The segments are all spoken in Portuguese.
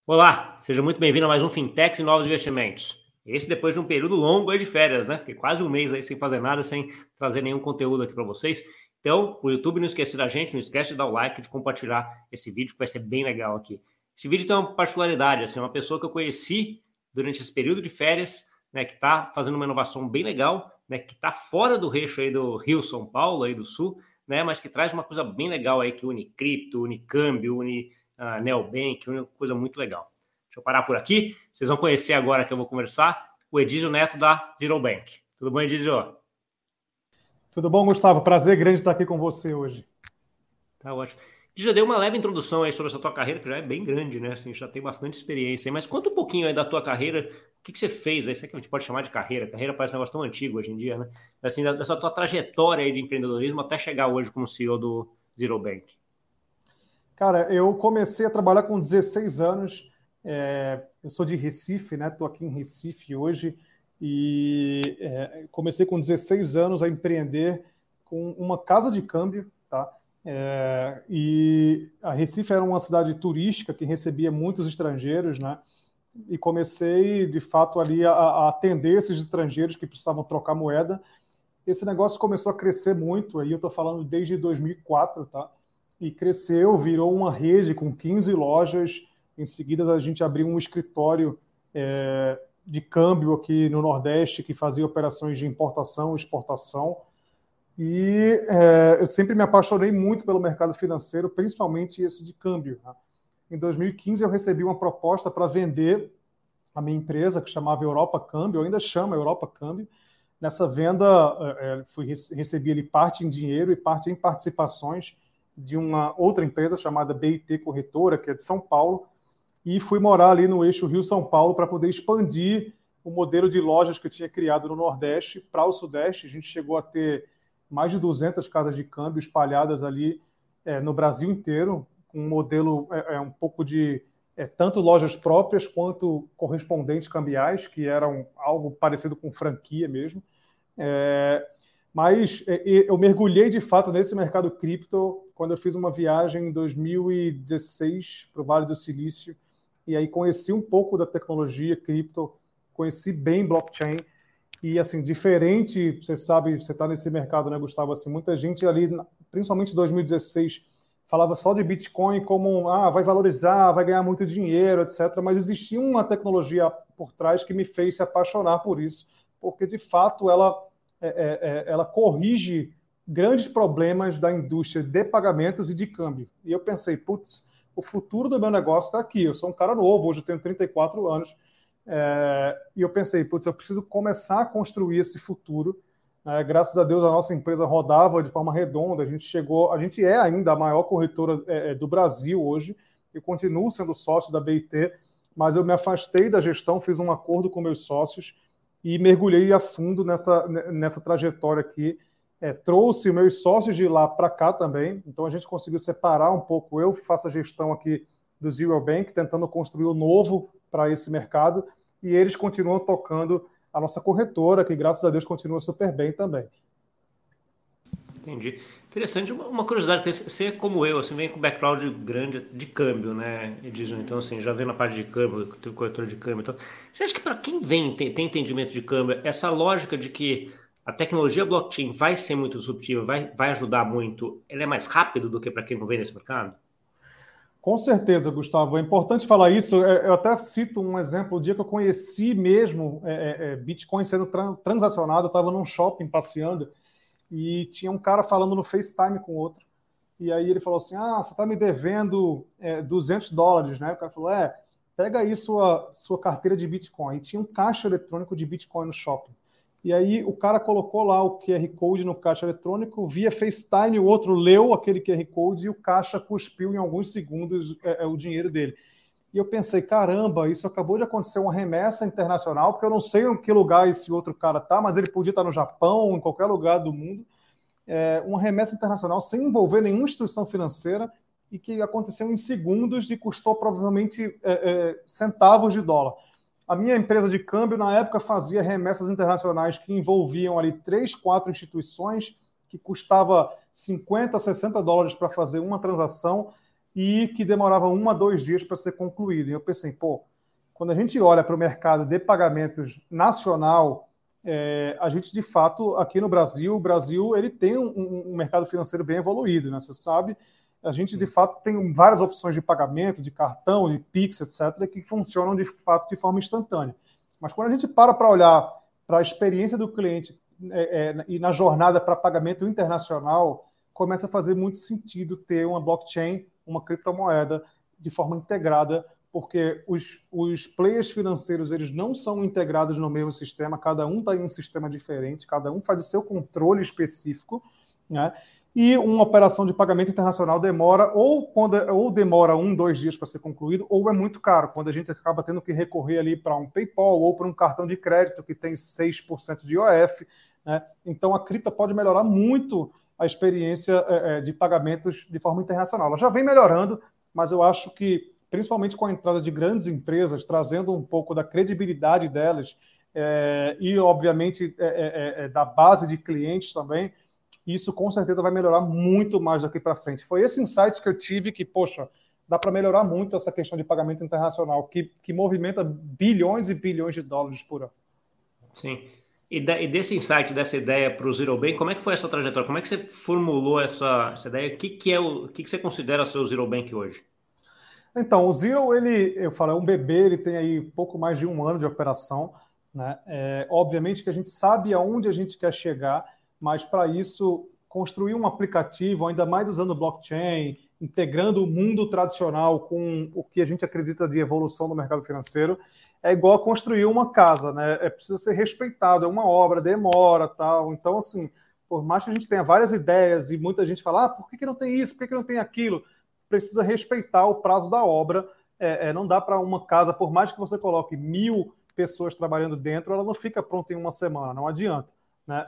Olá, seja muito bem-vindo a mais um Fintechs e Novos Investimentos. Esse depois de um período longo aí de férias, né? Fiquei quase um mês aí sem fazer nada, sem trazer nenhum conteúdo aqui para vocês. Então, o YouTube não esquece da gente, não esquece de dar o like, de compartilhar esse vídeo que vai ser bem legal aqui. Esse vídeo tem uma particularidade, assim, uma pessoa que eu conheci durante esse período de férias, né, que está fazendo uma inovação bem legal, né, que está fora do eixo aí do Rio, São Paulo, aí do Sul, né, mas que traz uma coisa bem legal aí, que une cripto, une câmbio, une Neobank, uma coisa muito legal. Deixa eu parar por aqui. Vocês vão conhecer agora que eu vou conversar o Edísio Neto da Zero Bank. Tudo bom, Edísio? Tudo bom, Gustavo? Prazer grande estar aqui com você hoje. Tá ótimo. Já deu uma leve introdução aí sobre essa tua carreira, que já é bem grande, né? Assim, já tem bastante experiência aí, mas conta um pouquinho aí da tua carreira, o que você fez aí? Isso que a gente pode chamar de carreira. Carreira parece um negócio tão antigo hoje em dia, né? Assim, dessa tua trajetória aí de empreendedorismo até chegar hoje como CEO do Zero Bank. Cara, eu comecei a trabalhar com 16 anos. Eu sou de Recife, né? Estou aqui em Recife hoje e comecei com 16 anos a empreender com uma casa de câmbio, tá? E a Recife era uma cidade turística que recebia muitos estrangeiros, né? E comecei, de fato, ali a atender esses estrangeiros que precisavam trocar moeda. Esse negócio começou a crescer muito, aí eu estou falando desde 2004, tá? E cresceu, virou uma rede com 15 lojas. Em seguida, a gente abriu um escritório de câmbio aqui no Nordeste que fazia operações de importação e exportação. E eu sempre me apaixonei muito pelo mercado financeiro, principalmente esse de câmbio, né? Em 2015, eu recebi uma proposta para vender a minha empresa, que chamava Europa Câmbio, ainda chama Europa Câmbio. Nessa venda, recebi ali parte em dinheiro e parte em participações de uma outra empresa chamada BIT Corretora, que é de São Paulo, e fui morar ali no eixo Rio-São Paulo para poder expandir o modelo de lojas que eu tinha criado no Nordeste para o Sudeste. A gente chegou a ter mais de 200 casas de câmbio espalhadas ali no Brasil inteiro, com um modelo um pouco de tanto lojas próprias quanto correspondentes cambiais, que eram algo parecido com franquia mesmo. Mas eu mergulhei de fato nesse mercado cripto quando eu fiz uma viagem em 2016 para o Vale do Silício, e aí conheci um pouco da tecnologia cripto, conheci bem blockchain, e assim, diferente, você sabe, você está nesse mercado, né, Gustavo? Assim, muita gente ali, principalmente em 2016, falava só de Bitcoin como vai valorizar, vai ganhar muito dinheiro, etc. Mas existia uma tecnologia por trás que me fez se apaixonar por isso, porque de fato ela corrige grandes problemas da indústria de pagamentos e de câmbio. E eu pensei, putz, o futuro do meu negócio está aqui. Eu sou um cara novo, hoje eu tenho 34 anos, e eu pensei, putz, eu preciso começar a construir esse futuro. Graças a Deus, a nossa empresa rodava de forma redonda. A gente é ainda a maior corretora do Brasil hoje. Eu continuo sendo sócio da BIT, mas eu me afastei da gestão, fiz um acordo com meus sócios e mergulhei a fundo nessa trajetória aqui. Trouxe meus sócios de lá para cá também, então a gente conseguiu separar um pouco. Eu faço a gestão aqui do Zero Bank, tentando construir o novo para esse mercado, e eles continuam tocando a nossa corretora, que graças a Deus continua super bem também. Entendi. Interessante. Uma curiosidade, você é como eu, assim, vem com background grande de câmbio, né, Edson? Então, assim, já vem na parte de câmbio, tem corretora de câmbio. Então, você acha que para quem tem entendimento de câmbio, essa lógica de que a tecnologia blockchain vai ser muito disruptiva, vai ajudar muito, ela é mais rápido do que para quem não vem nesse mercado? Com certeza, Gustavo. É importante falar isso. Eu até cito um exemplo. O dia que eu conheci mesmo Bitcoin sendo transacionado, eu estava num shopping passeando e tinha um cara falando no FaceTime com outro. E aí ele falou assim, você está me devendo $200, né? O cara falou, pega aí sua carteira de Bitcoin. E tinha um caixa eletrônico de Bitcoin no shopping. E aí o cara colocou lá o QR Code no caixa eletrônico, via FaceTime, o outro leu aquele QR Code e o caixa cuspiu em alguns segundos o dinheiro dele. E eu pensei, caramba, isso acabou de acontecer uma remessa internacional, porque eu não sei em que lugar esse outro cara está, mas ele podia estar no Japão, em qualquer lugar do mundo. Uma remessa internacional sem envolver nenhuma instituição financeira e que aconteceu em segundos e custou provavelmente centavos de dólar. A minha empresa de câmbio, na época, fazia remessas internacionais que envolviam ali 3, 4 instituições, que custava $50, $60 para fazer uma transação. e que demorava 1 a 2 dias para ser concluído. E eu pensei, pô, quando a gente olha para o mercado de pagamentos nacional, a gente, de fato, aqui no Brasil, o Brasil ele tem um mercado financeiro bem evoluído, né? Você sabe, a gente, de fato, tem várias opções de pagamento, de cartão, de Pix, etc., que funcionam, de fato, de forma instantânea. Mas quando a gente para olhar para a experiência do cliente e na jornada para pagamento internacional, começa a fazer muito sentido ter uma blockchain, uma criptomoeda, de forma integrada, porque os players financeiros eles não são integrados no mesmo sistema, cada um está em um sistema diferente, cada um faz o seu controle específico, né? E uma operação de pagamento internacional demora ou demora 1, 2 dias para ser concluído, ou é muito caro, quando a gente acaba tendo que recorrer ali para um PayPal ou para um cartão de crédito que tem 6% de IOF, né? Então a cripto pode melhorar muito a experiência de pagamentos de forma internacional. Ela já vem melhorando, mas eu acho que, principalmente com a entrada de grandes empresas, trazendo um pouco da credibilidade delas e, obviamente, da base de clientes também, isso com certeza vai melhorar muito mais daqui para frente. Foi esse insight que eu tive que, poxa, dá para melhorar muito essa questão de pagamento internacional, que movimenta bilhões e bilhões de dólares por ano. Sim. E desse insight, dessa ideia para o Zero Bank, como é que foi essa trajetória? Como é que você formulou essa ideia? O que você considera ser o Zero Bank hoje? Então, o Zero, eu falo, é um bebê, ele tem aí pouco mais de 1 ano de operação, né? Obviamente que a gente sabe aonde a gente quer chegar, mas para isso, construir um aplicativo, ainda mais usando blockchain, integrando o mundo tradicional com o que a gente acredita de evolução do mercado financeiro, é igual a construir uma casa, né? Precisa ser respeitado, é uma obra, demora, tal. Então, assim, por mais que a gente tenha várias ideias e muita gente fala, por que não tem isso, por que não tem aquilo? Precisa respeitar o prazo da obra. Não dá para uma casa, por mais que você coloque 1.000 pessoas trabalhando dentro, ela não fica pronta em uma semana, não adianta, né?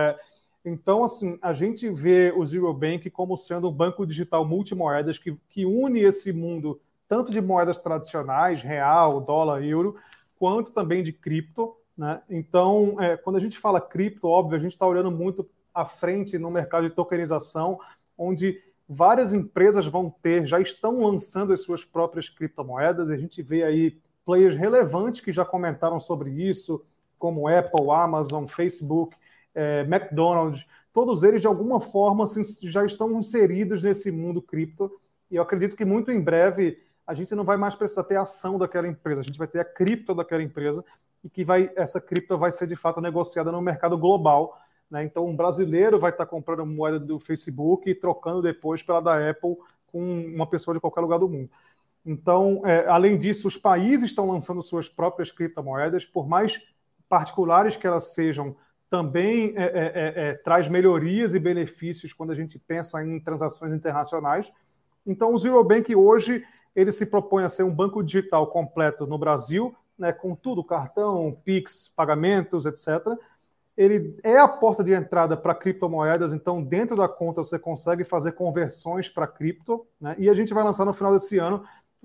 Então, assim, a gente vê o Zero Bank como sendo um banco digital multimoedas que une esse mundo tanto de moedas tradicionais, real, dólar, euro, quanto também de cripto, né? Então, quando a gente fala cripto, óbvio, a gente está olhando muito à frente no mercado de tokenização, onde várias empresas já estão lançando as suas próprias criptomoedas. A gente vê aí players relevantes que já comentaram sobre isso, como Apple, Amazon, Facebook, McDonald's, todos eles de alguma forma assim, já estão inseridos nesse mundo cripto, e eu acredito que muito em breve a gente não vai mais precisar ter a ação daquela empresa, a gente vai ter a cripto daquela empresa, e que essa cripto vai ser de fato negociada no mercado global, né? Então um brasileiro vai estar comprando moeda do Facebook e trocando depois pela da Apple com uma pessoa de qualquer lugar do mundo. Então, além disso, os países estão lançando suas próprias criptomoedas, por mais particulares que elas sejam, também traz melhorias e benefícios quando a gente pensa em transações internacionais. Então, o Zero Bank hoje ele se propõe a ser um banco digital completo no Brasil, né, com tudo, cartão, Pix, pagamentos, etc. Ele é a porta de entrada para criptomoedas, então dentro da conta você consegue fazer conversões para cripto, né? E a gente vai lançar no final desse ano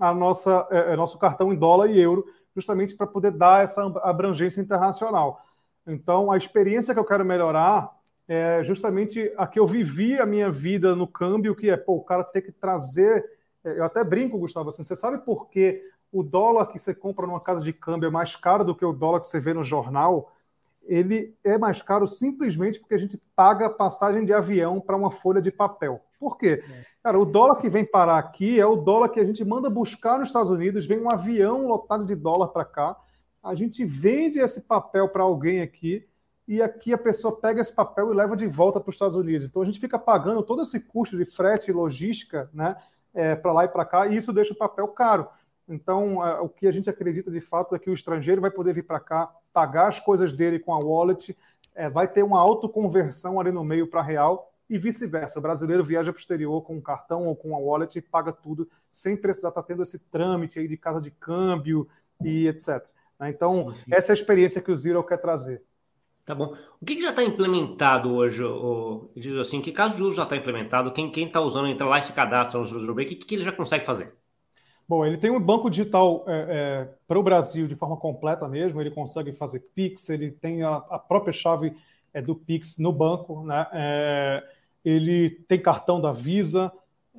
nosso cartão em dólar e euro, justamente para poder dar essa abrangência internacional. Então, a experiência que eu quero melhorar é justamente a que eu vivi a minha vida no câmbio, que é, o cara ter que trazer... Eu até brinco, Gustavo, assim, você sabe por que o dólar que você compra numa casa de câmbio é mais caro do que o dólar que você vê no jornal? Ele é mais caro simplesmente porque a gente paga passagem de avião para uma folha de papel. Por quê? Cara, o dólar que vem parar aqui é o dólar que a gente manda buscar nos Estados Unidos, vem um avião lotado de dólar para cá, a gente vende esse papel para alguém aqui e aqui a pessoa pega esse papel e leva de volta para os Estados Unidos. Então a gente fica pagando todo esse custo de frete e logística, né, para lá e para cá, e isso deixa o papel caro. Então, o que a gente acredita de fato é que o estrangeiro vai poder vir para cá, pagar as coisas dele com a wallet, vai ter uma autoconversão ali no meio para real e vice-versa. O brasileiro viaja para o exterior com um cartão ou com uma wallet e paga tudo sem precisar estar tendo esse trâmite aí de casa de câmbio e etc. Então, sim. Essa é a experiência que o Zero quer trazer. Tá bom. O que já está implementado hoje? Diz assim, que caso de uso já está implementado? Quem está usando, entra lá e se cadastra no Zero Bank, o que ele já consegue fazer? Bom, ele tem um banco digital para o Brasil de forma completa mesmo, ele consegue fazer Pix, ele tem a própria chave do Pix no banco, né? Ele tem cartão da Visa,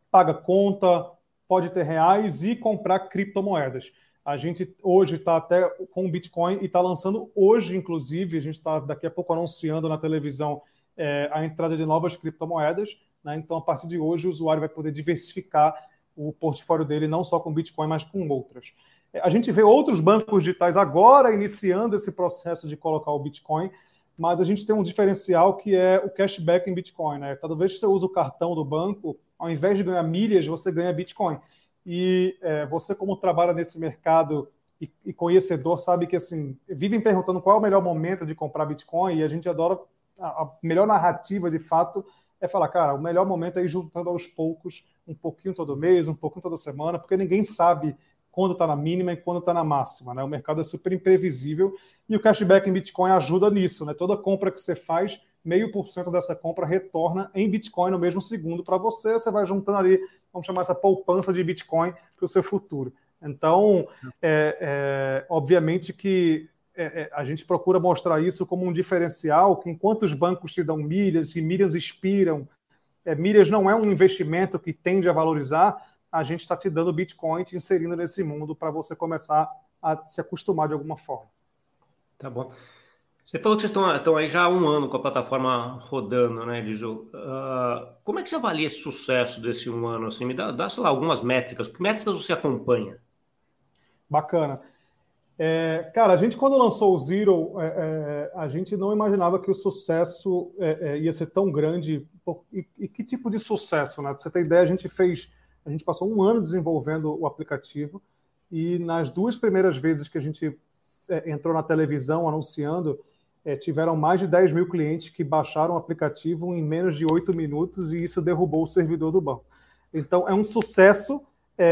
paga conta, pode ter reais e comprar criptomoedas. A gente hoje está até com o Bitcoin e está lançando hoje, inclusive, a gente está daqui a pouco anunciando na televisão a entrada de novas criptomoedas, né? Então, a partir de hoje, o usuário vai poder diversificar o portfólio dele não só com Bitcoin, mas com outras. A gente vê outros bancos digitais agora iniciando esse processo de colocar o Bitcoin, mas a gente tem um diferencial que é o cashback em Bitcoin, né? Toda vez que você usa o cartão do banco, ao invés de ganhar milhas, você ganha Bitcoin. E você, como trabalha nesse mercado e conhecedor, sabe que assim, vivem perguntando qual é o melhor momento de comprar Bitcoin, e a gente adora, a melhor narrativa, de fato, é falar, cara, o melhor momento é ir juntando aos poucos, um pouquinho todo mês, um pouquinho toda semana, porque ninguém sabe quando está na mínima e quando está na máxima, né? O mercado é super imprevisível e o cashback em Bitcoin ajuda nisso, né? Toda compra que você faz, 0,5% dessa compra retorna em Bitcoin no mesmo segundo para você. Você vai juntando ali, vamos chamar essa poupança de Bitcoin para o seu futuro. Então, obviamente que a gente procura mostrar isso como um diferencial, que enquanto os bancos te dão milhas e milhas expiram, milhas não é um investimento que tende a valorizar, a gente está te dando Bitcoin, te inserindo nesse mundo para você começar a se acostumar de alguma forma. Tá bom. Você falou que vocês estão aí já há um ano com a plataforma rodando, né, Elisu? Como é que você avalia esse sucesso desse um ano? Assim, me dá, sei lá, algumas métricas. Que métricas você acompanha? Bacana. Cara, a gente quando lançou o Zero, a gente não imaginava que o sucesso ia ser tão grande. E que tipo de sucesso, né? Pra você ter ideia, a gente passou um ano desenvolvendo o aplicativo e nas 2 primeiras vezes que a gente entrou na televisão anunciando, tiveram mais de 10 mil clientes que baixaram o aplicativo em menos de 8 minutos e isso derrubou o servidor do banco. Então, é um sucesso,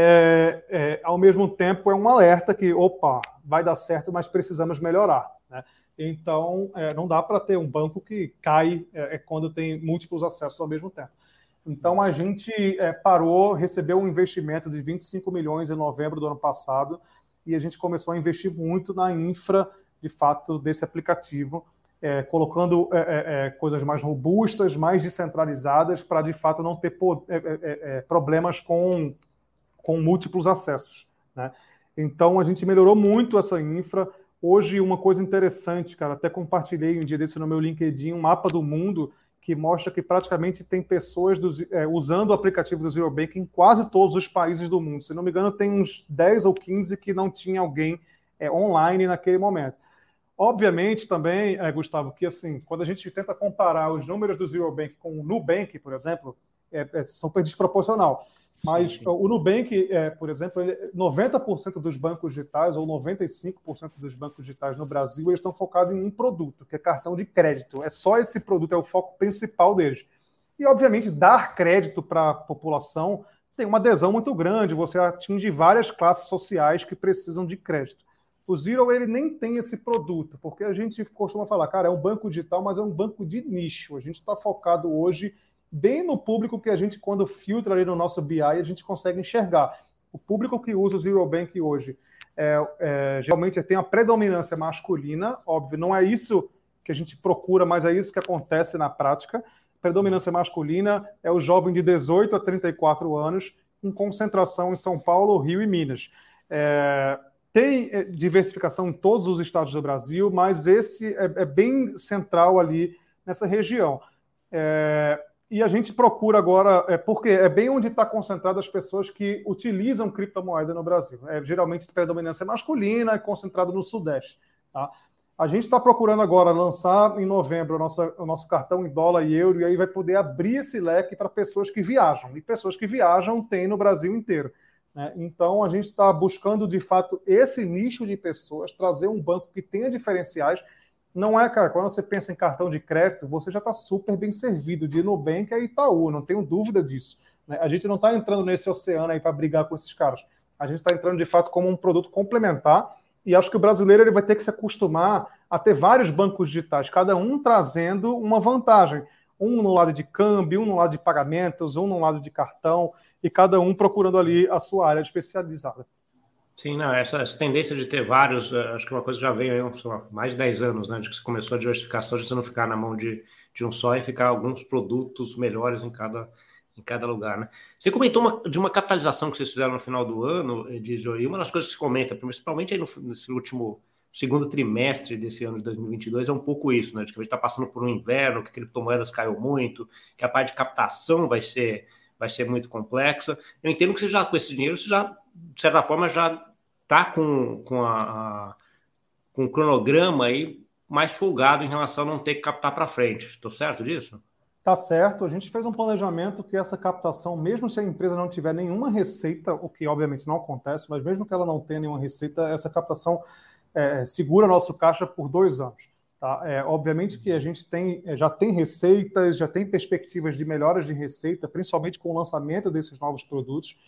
ao mesmo tempo é um alerta que, opa, vai dar certo, mas precisamos melhorar, né? Então, não dá para ter um banco que cai quando tem múltiplos acessos ao mesmo tempo. Então, a gente parou, recebeu um investimento de 25 milhões em novembro do ano passado e a gente começou a investir muito na infra, de fato, desse aplicativo, colocando coisas mais robustas, mais descentralizadas, para, de fato, não ter problemas com múltiplos acessos, né? Então, a gente melhorou muito essa infra. Hoje, uma coisa interessante, cara, até compartilhei um dia desse no meu LinkedIn, um mapa do mundo que mostra que praticamente tem pessoas usando o aplicativo do Zero Bank em quase todos os países do mundo. Se não me engano, tem uns 10 ou 15 que não tinha alguém online naquele momento. Obviamente também, Gustavo, que assim, quando a gente tenta comparar os números do Zero Bank com o Nubank, por exemplo, é super desproporcional. Mas sim. O Nubank, por exemplo, 90% dos bancos digitais ou 95% dos bancos digitais no Brasil, eles estão focados em um produto, que é cartão de crédito. É só esse produto, é o foco principal deles. E, obviamente, dar crédito para a população tem uma adesão muito grande, você atinge várias classes sociais que precisam de crédito. O Zero, ele nem tem esse produto, porque a gente costuma falar, cara, é um banco digital, mas é um banco de nicho. A gente está focado hoje bem no público que a gente, quando filtra ali no nosso BI, a gente consegue enxergar. O público que usa o Zero Bank hoje geralmente tem a predominância masculina, óbvio, não é isso que a gente procura, mas é isso que acontece na prática. Predominância masculina é o jovem de 18 a 34 anos, com concentração em São Paulo, Rio e Minas. Tem diversificação em todos os estados do Brasil, mas esse é bem central ali nessa região. E a gente procura agora, porque é bem onde está concentrado as pessoas que utilizam criptomoeda no Brasil. Geralmente predominância masculina e concentrado no Sudeste. Tá? A gente está procurando agora lançar em novembro o nosso cartão em dólar e euro, e aí vai poder abrir esse leque para pessoas que viajam. E pessoas que viajam tem no Brasil inteiro, né? Então, a gente está buscando, de fato, esse nicho de pessoas, trazer um banco que tenha diferenciais. Não é, cara, quando você pensa em cartão de crédito, você já está super bem servido. De Nubank é Itaú, não tenho dúvida disso, né? A gente não está entrando nesse oceano aí para brigar com esses caras. A gente está entrando, de fato, como um produto complementar. E acho que o brasileiro ele vai ter que se acostumar a ter vários bancos digitais, cada um trazendo uma vantagem. Um no lado de câmbio, um no lado de pagamentos, um no lado de cartão, e cada um procurando ali a sua área especializada. Sim, não, essa tendência de ter vários, acho que é uma coisa que já veio aí, sei lá, mais de 10 anos, né? De que você começou a diversificação, de você não ficar na mão de um só e ficar alguns produtos melhores em em cada lugar, né? Você comentou de uma capitalização que vocês fizeram no final do ano, Edizio, e uma das coisas que se comenta, principalmente aí nesse último segundo trimestre desse ano de 2022, é um pouco isso, né? De que a gente está passando por um inverno, que criptomoedas caiu muito, que a parte de captação vai ser muito complexa. Eu entendo que você já, com esse dinheiro, você já, de certa forma, já está com o cronograma aí mais folgado em relação a não ter que captar para frente. Estou certo disso? Tá certo, a gente fez um planejamento que essa captação, mesmo se a empresa não tiver nenhuma receita, o que obviamente não acontece, mas mesmo que ela não tenha nenhuma receita, essa captação segura nosso caixa por 2 anos. Tá? Obviamente que a gente já tem receitas, já tem perspectivas de melhoras de receita, principalmente com o lançamento desses novos produtos,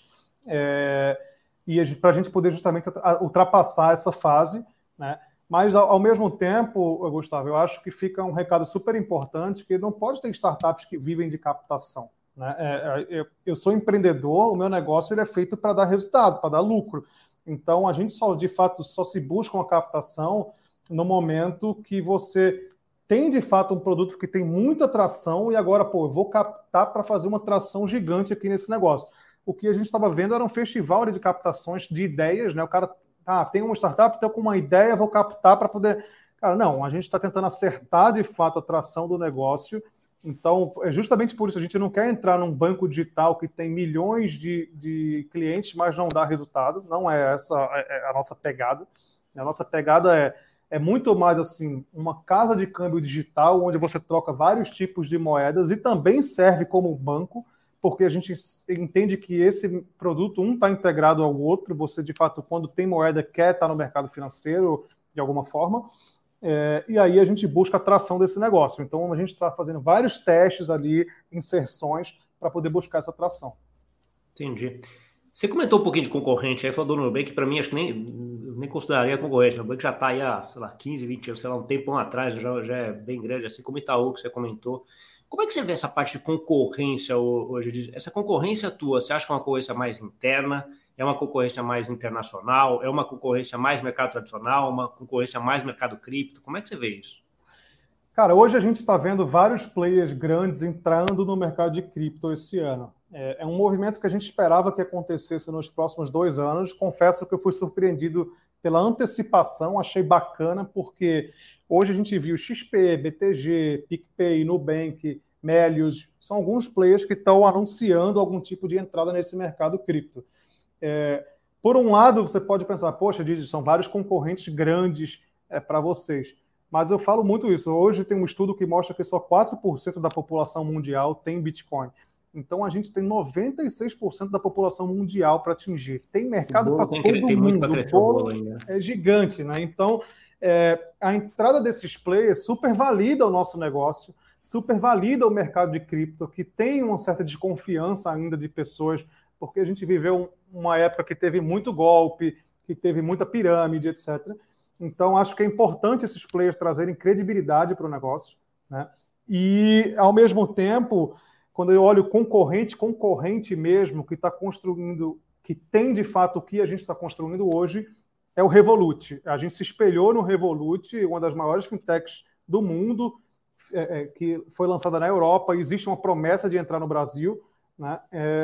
e para a gente poder justamente ultrapassar essa fase, né? Mas, ao mesmo tempo, Gustavo, eu acho que fica um recado super importante que não pode ter startups que vivem de captação, né? Eu sou empreendedor, o meu negócio ele é feito para dar resultado, para dar lucro. Então, a gente de fato, só se busca uma captação no momento que você tem, de fato, um produto que tem muita tração e agora, eu vou captar para fazer uma tração gigante aqui nesse negócio. O que a gente estava vendo era um festival de captações de ideias, né? O cara... tem uma startup, estou com uma ideia, vou captar para poder... Cara, não, a gente está tentando acertar, de fato, a tração do negócio. Então, é justamente por isso, a gente não quer entrar num banco digital que tem milhões de clientes, mas não dá resultado. Não é essa a nossa pegada. A nossa pegada é muito mais, assim, uma casa de câmbio digital, onde você troca vários tipos de moedas e também serve como banco, porque a gente entende que esse produto, um está integrado ao outro, você, de fato, quando tem moeda, quer estar no mercado financeiro, de alguma forma, e aí a gente busca a tração desse negócio. Então, a gente está fazendo vários testes ali, inserções, para poder buscar essa tração. Entendi. Você comentou um pouquinho de concorrente, aí falou do Nubank, que para mim, acho que nem consideraria concorrente. O Nubank já está aí há, sei lá, 15, 20 anos, sei lá, um tempão atrás, já é bem grande, assim como o Itaú, que você comentou. Como é que você vê essa parte de concorrência hoje? Essa concorrência tua, você acha que é uma concorrência mais interna? É uma concorrência mais internacional? É uma concorrência mais mercado tradicional? Uma concorrência mais mercado cripto? Como é que você vê isso? Cara, hoje a gente está vendo vários players grandes entrando no mercado de cripto esse ano. É um movimento que a gente esperava que acontecesse nos próximos 2 anos. Confesso que eu fui surpreendido pela antecipação, achei bacana, porque hoje a gente viu XP, BTG, PicPay, Nubank, Melius, são alguns players que estão anunciando algum tipo de entrada nesse mercado cripto. Por um lado, você pode pensar, poxa, Didi, são vários concorrentes grandes para vocês. Mas eu falo muito isso. Hoje tem um estudo que mostra que só 4% da população mundial tem Bitcoin. Então a gente tem 96% da população mundial para atingir. Tem mercado para todo mundo. O bolo é gigante, né? Então a entrada desses players super valida o nosso negócio, super valida o mercado de cripto, que tem uma certa desconfiança ainda de pessoas, porque a gente viveu uma época que teve muito golpe, que teve muita pirâmide, etc. Então, acho que é importante esses players trazerem credibilidade para o negócio, né? E, ao mesmo tempo, quando eu olho concorrente mesmo, que está construindo, que tem de fato o que a gente está construindo hoje, é o Revolut. A gente se espelhou no Revolut, uma das maiores fintechs do mundo, que foi lançada na Europa, e existe uma promessa de entrar no Brasil, né?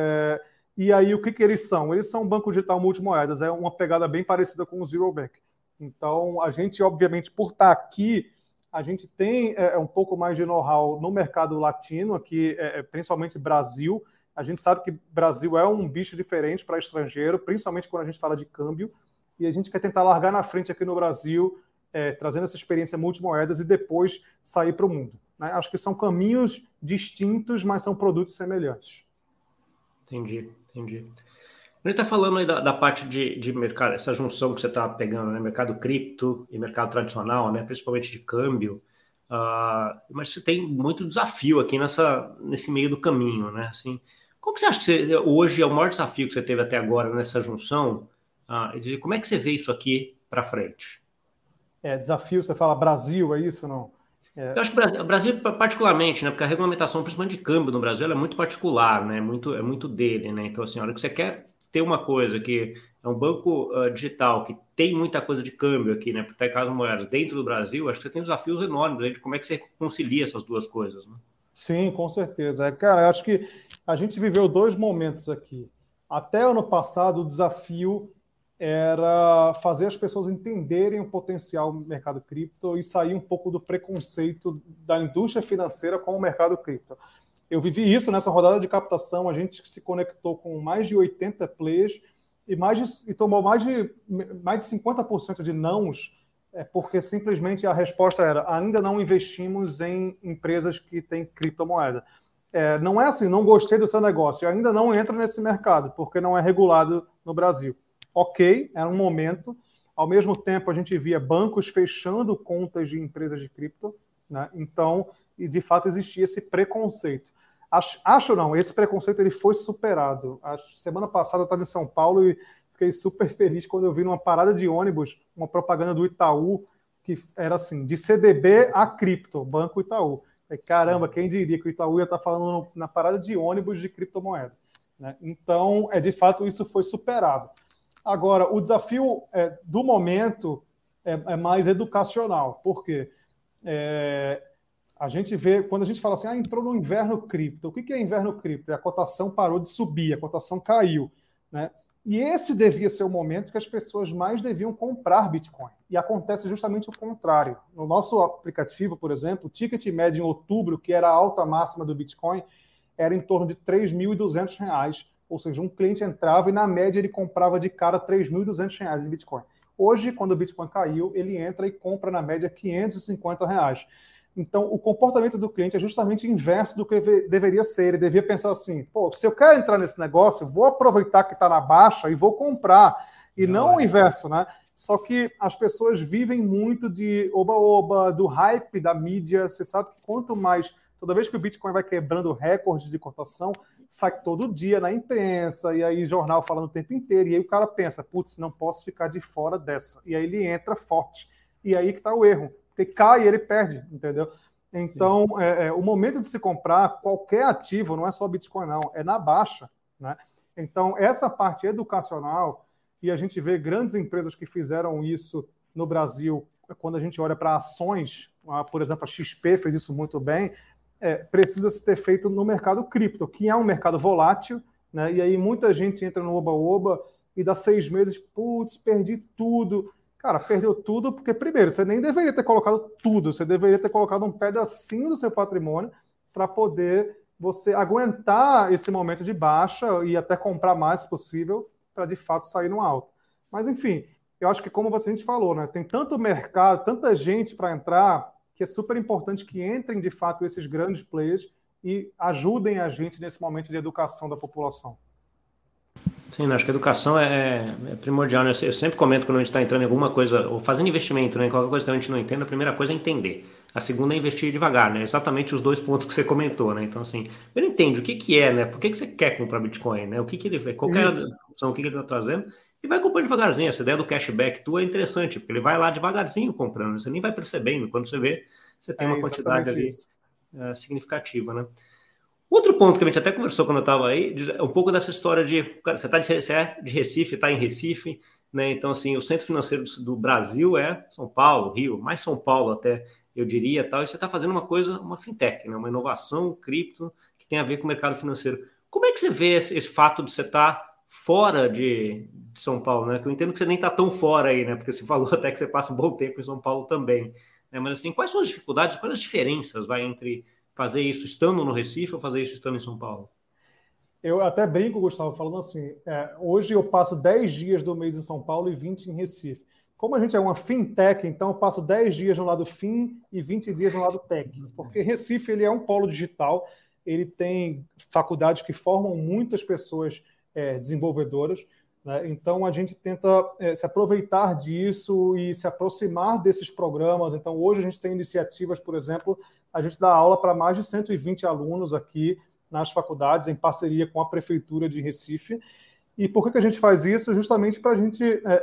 E aí, o que eles são? Eles são um banco digital multimoedas, é uma pegada bem parecida com o Zero Bank. Então, a gente, obviamente, por estar aqui, a gente tem um pouco mais de know-how no mercado latino, aqui, principalmente Brasil. A gente sabe que Brasil é um bicho diferente para estrangeiro, principalmente quando a gente fala de câmbio, e a gente quer tentar largar na frente aqui no Brasil, trazendo essa experiência multimoedas e depois sair para o mundo, né? Acho que são caminhos distintos, mas são produtos semelhantes. Entendi. A gente está falando aí da parte de mercado, essa junção que você está pegando, né? Mercado cripto e mercado tradicional, né? Principalmente de câmbio. Mas você tem muito desafio aqui nesse meio do caminho, né? Assim, qual que você acha que hoje é o maior desafio que você teve até agora nessa junção? Como é que você vê isso aqui para frente? Desafio, você fala Brasil, é isso ou não? Eu acho que o Brasil particularmente, né? Porque a regulamentação, principalmente de câmbio no Brasil, ela é muito particular, né? É muito dele, né? Então, assim, a hora que você quer ter uma coisa que é um banco digital que tem muita coisa de câmbio aqui, né? Por ter caso moedas dentro do Brasil, acho que você tem desafios enormes aí de como é que você concilia essas duas coisas, né? Sim, com certeza. Cara, eu acho que a gente viveu dois momentos aqui. Até ano passado, o desafio era fazer as pessoas entenderem o potencial do mercado cripto e sair um pouco do preconceito da indústria financeira com o mercado cripto. Eu vivi isso nessa rodada de captação, a gente se conectou com mais de 80 players e tomou mais de 50% de nãos, porque simplesmente a resposta era: ainda não investimos em empresas que têm criptomoeda. Não é assim, não gostei do seu negócio, ainda não entra nesse mercado, porque não é regulado no Brasil. Ok, era um momento. Ao mesmo tempo, a gente via bancos fechando contas de empresas de cripto, né? Então, e de fato existia esse preconceito. Acho não, esse preconceito ele foi superado. A semana passada eu estava em São Paulo e fiquei super feliz quando eu vi numa parada de ônibus uma propaganda do Itaú que era assim, de CDB a cripto, Banco Itaú. Caramba, quem diria que o Itaú ia estar falando na parada de ônibus de criptomoeda, né? Então, de fato, isso foi superado. Agora, o desafio do momento é mais educacional. Por quê? A gente vê, quando a gente fala assim, entrou no inverno cripto. O que é inverno cripto? A cotação parou de subir, a cotação caiu, né? E esse devia ser o momento que as pessoas mais deviam comprar Bitcoin. E acontece justamente o contrário. No nosso aplicativo, por exemplo, o ticket médio em outubro, que era a alta máxima do Bitcoin, era em torno de R$ 3.200. Ou seja, um cliente entrava e, na média, ele comprava de cara R$ 3.200 em Bitcoin. Hoje, quando o Bitcoin caiu, ele entra e compra, na média, R$ 550. Então, o comportamento do cliente é justamente o inverso do que deveria ser. Ele devia pensar assim, pô, se eu quero entrar nesse negócio, vou aproveitar que está na baixa e vou comprar. E não o inverso, né? Só que as pessoas vivem muito de oba-oba, do hype da mídia. Você sabe que quanto mais... Toda vez que o Bitcoin vai quebrando recordes de cotação, sai todo dia na imprensa, e aí jornal falando o tempo inteiro. E aí o cara pensa, putz, não posso ficar de fora dessa. E aí ele entra forte. E aí que está o erro. Porque cai e ele perde, entendeu? Então, o momento de se comprar qualquer ativo, não é só Bitcoin, não, é na baixa, né? Então, essa parte educacional, e a gente vê grandes empresas que fizeram isso no Brasil, quando a gente olha para ações, por exemplo, a XP fez isso muito bem, precisa se ter feito no mercado cripto, que é um mercado volátil, né? E aí muita gente entra no oba-oba e dá 6 meses, putz, perdi tudo. Cara, perdeu tudo porque, primeiro, você nem deveria ter colocado tudo, você deveria ter colocado um pedacinho do seu patrimônio para poder você aguentar esse momento de baixa e até comprar mais se possível para, de fato, sair no alto. Mas, enfim, eu acho que, como a gente falou, né, tem tanto mercado, tanta gente para entrar, que é super importante que entrem, de fato, esses grandes players e ajudem a gente nesse momento de educação da população. Sim, acho que a educação é primordial, né? Eu sempre comento quando a gente está entrando em alguma coisa, ou fazendo investimento, né? Qualquer coisa que a gente não entenda, a primeira coisa é entender. A segunda é investir devagar, né? Exatamente os dois pontos que você comentou, né? Então, assim, eu não entendo o que é, né? Por que você quer comprar Bitcoin, né? O que ele qual é a opção, o que ele está trazendo, e vai comprando devagarzinho. Essa ideia do cashback tua é interessante, porque ele vai lá devagarzinho comprando, você nem vai percebendo. Quando você vê, você tem uma quantidade ali significativa, né? Outro ponto que a gente até conversou quando eu estava aí, um pouco dessa história de, cara, você é de Recife, está em Recife, né? Então, assim, o centro financeiro do Brasil é São Paulo, Rio, mais São Paulo até, eu diria, tal, e você está fazendo uma coisa, uma fintech, né? Uma inovação cripto que tem a ver com o mercado financeiro. Como é que você vê esse fato de você estar fora de São Paulo, né? Que eu entendo que você nem está tão fora aí, né? Porque você falou até que você passa um bom tempo em São Paulo também, né? Mas, assim, quais são as dificuldades, quais as diferenças, entre fazer isso estando no Recife ou fazer isso estando em São Paulo? Eu até brinco, Gustavo, falando assim, hoje eu passo 10 dias do mês em São Paulo e 20 em Recife. Como a gente é uma fintech, então eu passo 10 dias no lado fin e 20 dias no lado tech. Porque Recife ele é um polo digital, ele tem faculdades que formam muitas pessoas desenvolvedoras, né? Então a gente tenta se aproveitar disso e se aproximar desses programas. Então hoje a gente tem iniciativas, por exemplo, a gente dá aula para mais de 120 alunos aqui nas faculdades, em parceria com a Prefeitura de Recife. E por que a gente faz isso? Justamente para a gente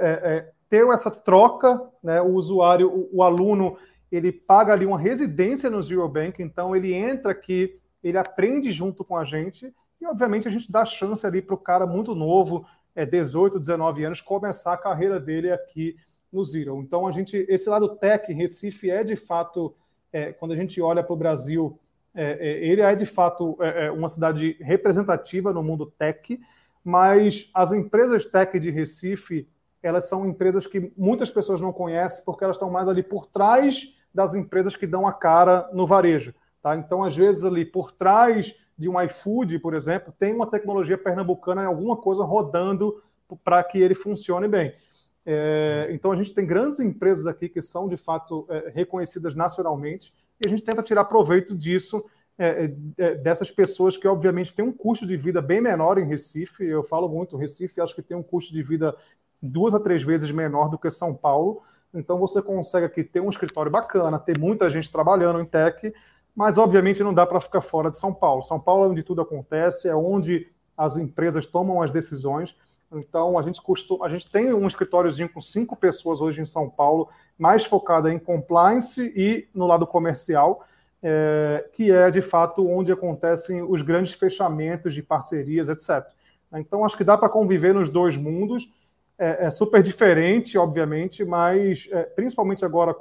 ter essa troca, né? O usuário, o aluno, ele paga ali uma residência no Zero Bank, então ele entra aqui, ele aprende junto com a gente, e obviamente a gente dá chance ali para o cara muito novo, 18, 19 anos, começar a carreira dele aqui no Zero. Então, esse lado tech, Recife, de fato, quando a gente olha para o Brasil, ele é de fato uma cidade representativa no mundo tech, mas as empresas tech de Recife, elas são empresas que muitas pessoas não conhecem porque elas estão mais ali por trás das empresas que dão a cara no varejo. Tá? Então, às vezes, ali por trás de um iFood, por exemplo, tem uma tecnologia pernambucana, alguma coisa rodando para que ele funcione bem. Então, a gente tem grandes empresas aqui que são, de fato, reconhecidas nacionalmente e a gente tenta tirar proveito disso, dessas pessoas que, obviamente, têm um custo de vida bem menor em Recife. Eu falo muito, Recife acho que tem um custo de vida 2 a 3 vezes menor do que São Paulo. Então, você consegue aqui ter um escritório bacana, ter muita gente trabalhando em tech, mas, obviamente, não dá para ficar fora de São Paulo. São Paulo é onde tudo acontece, é onde as empresas tomam as decisões. Então, a gente tem um escritóriozinho com 5 pessoas hoje em São Paulo, mais focada em compliance e no lado comercial, que é, de fato, onde acontecem os grandes fechamentos de parcerias, etc. Então, acho que dá para conviver nos dois mundos. É super diferente, obviamente, mas principalmente agora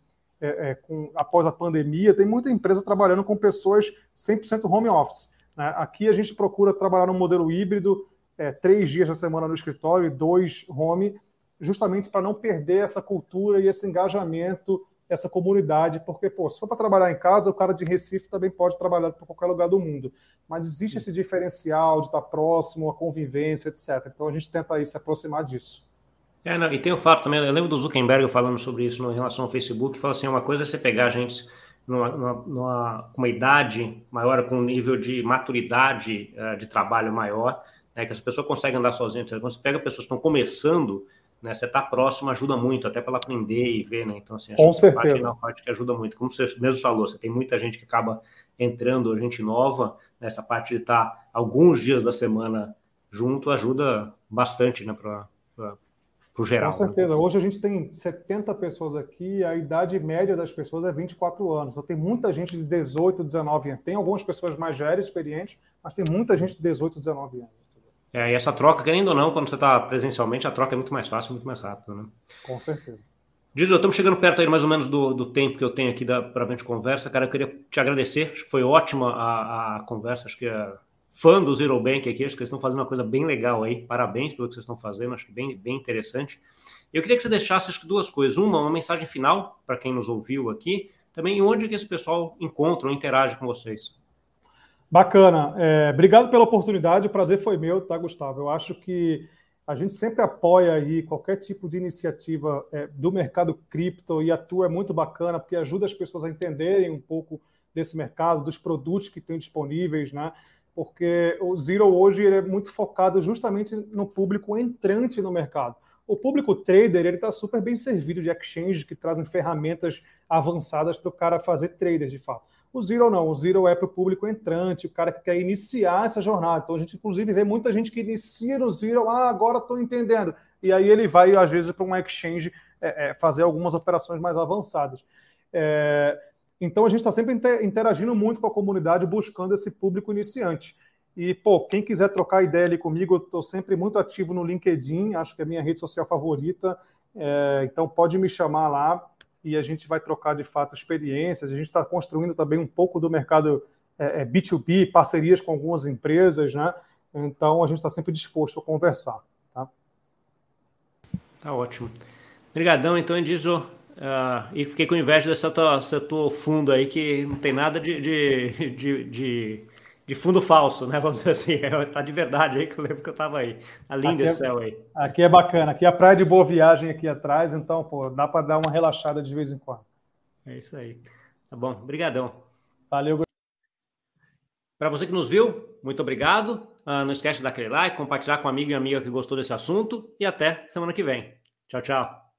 após a pandemia, tem muita empresa trabalhando com pessoas 100% home office. Né? Aqui a gente procura trabalhar no modelo híbrido, 3 dias da semana no escritório e 2 home, justamente para não perder essa cultura e esse engajamento, essa comunidade, porque, se for para trabalhar em casa, o cara de Recife também pode trabalhar para qualquer lugar do mundo. Mas existe esse diferencial de estar próximo, a convivência, etc. Então a gente tenta aí se aproximar disso. Não, e tem o fato também, eu lembro do Zuckerberg falando sobre isso em relação ao Facebook, que fala assim, uma coisa é você pegar a gente com uma idade maior, com um nível de maturidade de trabalho maior, né, que as pessoas conseguem andar sozinhas. Quando você pega pessoas que estão começando, né, você está próximo ajuda muito, até para ela aprender e ver, né? Então, assim, com certeza. É uma parte que ajuda muito. Como você mesmo falou, você tem muita gente que acaba entrando, gente nova, nessa parte de estar alguns dias da semana junto, ajuda bastante, né, para o geral. Com certeza. Né? Hoje a gente tem 70 pessoas aqui, a idade média das pessoas é 24 anos. Então tem muita gente de 18, 19 anos. Tem algumas pessoas mais velhas, experientes, mas tem muita gente de 18, 19 anos. E essa troca, querendo ou não, quando você está presencialmente, a troca é muito mais fácil, muito mais rápido, né? Com certeza. Diz, estamos chegando perto aí mais ou menos do tempo que eu tenho aqui para a gente conversa. Cara, eu queria te agradecer, acho que foi ótima a conversa, acho que é fã do Zero Bank aqui, acho que eles estão fazendo uma coisa bem legal aí, parabéns pelo que vocês estão fazendo, acho bem interessante. Eu queria que você deixasse, acho que 2 coisas, uma mensagem final para quem nos ouviu aqui, também onde que esse pessoal encontra ou interage com vocês. Bacana. Obrigado pela oportunidade, o prazer foi meu, tá, Gustavo? Eu acho que a gente sempre apoia aí qualquer tipo de iniciativa do mercado cripto e a tua é muito bacana porque ajuda as pessoas a entenderem um pouco desse mercado, dos produtos que tem disponíveis, né? Porque o Zero hoje ele é muito focado justamente no público entrante no mercado. O público trader ele está super bem servido de exchanges que trazem ferramentas avançadas para o cara fazer trader, de fato. O Zero não, o Zero é para o público entrante, o cara que quer iniciar essa jornada. Então a gente, inclusive, vê muita gente que inicia no Zero, agora estou entendendo. E aí ele vai, às vezes, para um exchange fazer algumas operações mais avançadas. Então a gente está sempre interagindo muito com a comunidade, buscando esse público iniciante. E, quem quiser trocar ideia ali comigo, eu estou sempre muito ativo no LinkedIn, acho que é a minha rede social favorita. Então pode me chamar lá. E a gente vai trocar, de fato, experiências. A gente está construindo também um pouco do mercado B2B, parcerias com algumas empresas, né? Então, a gente está sempre disposto a conversar. Tá ótimo. Obrigadão, então, Endizo. E fiquei com inveja dessa tua fundo aí, que não tem nada de fundo falso, né? Vamos dizer assim, tá de verdade aí, que eu lembro que eu tava aí. Tá lindo esse céu aí. Aqui é bacana, aqui é a praia de Boa Viagem aqui atrás, então, dá para dar uma relaxada de vez em quando. É isso aí. Tá bom, brigadão. Valeu. Para você que nos viu, muito obrigado. Não esquece de dar aquele like, compartilhar com um amigo e amiga que gostou desse assunto e até semana que vem. Tchau, tchau.